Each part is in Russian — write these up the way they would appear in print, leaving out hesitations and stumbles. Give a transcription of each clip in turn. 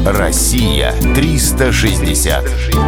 Россия 360.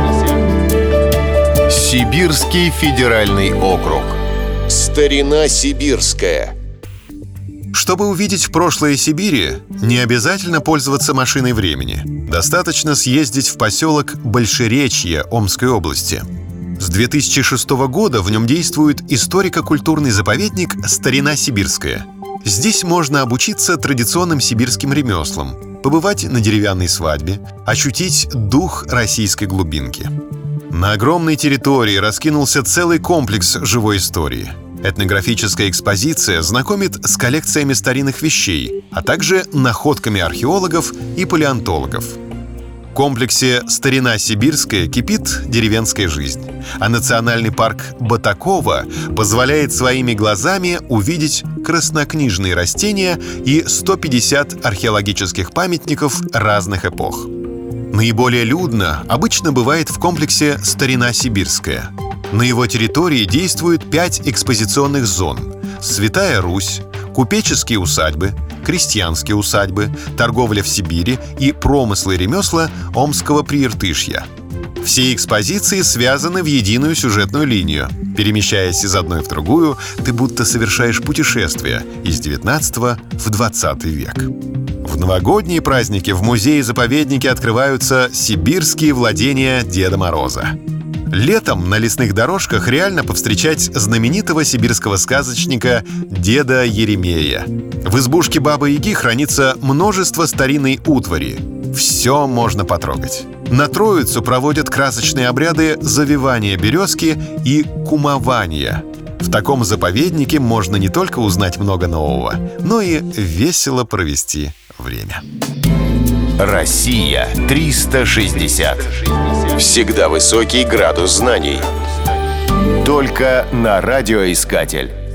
Сибирский федеральный округ. Старина сибирская. Чтобы увидеть в прошлое Сибири, не обязательно пользоваться машиной времени. Достаточно съездить в поселок Большеречье Омской области. С 2006 года в нем действует историко-культурный заповедник «Старина сибирская». Здесь можно обучиться традиционным сибирским ремеслам, побывать на деревянной свадьбе, ощутить дух российской глубинки. На огромной территории раскинулся целый комплекс живой истории. Этнографическая экспозиция знакомит с коллекциями старинных вещей, а также находками археологов и палеонтологов. В комплексе «Старина сибирская» кипит деревенская жизнь, а национальный парк Батаково позволяет своими глазами увидеть краснокнижные растения и 150 археологических памятников разных эпох. Наиболее людно обычно бывает в комплексе «Старина сибирская». На его территории действует 5 экспозиционных зон: Святая Русь, купеческие усадьбы, крестьянские усадьбы, торговля в Сибири и промыслы и ремесла Омского Прииртышья. Все экспозиции связаны в единую сюжетную линию. Перемещаясь из одной в другую, ты будто совершаешь путешествие из 19 в 20 век. В новогодние праздники в музее-заповеднике открываются сибирские владения Деда Мороза. Летом на лесных дорожках реально повстречать знаменитого сибирского сказочника Деда Еремея. В избушке Бабы-Яги хранится множество старинной утвари. Все можно потрогать. На Троицу проводят красочные обряды завивания березки и кумования. В таком заповеднике можно не только узнать много нового, но и весело провести время. Россия 360. Всегда высокий градус знаний. Только на радиоискатель.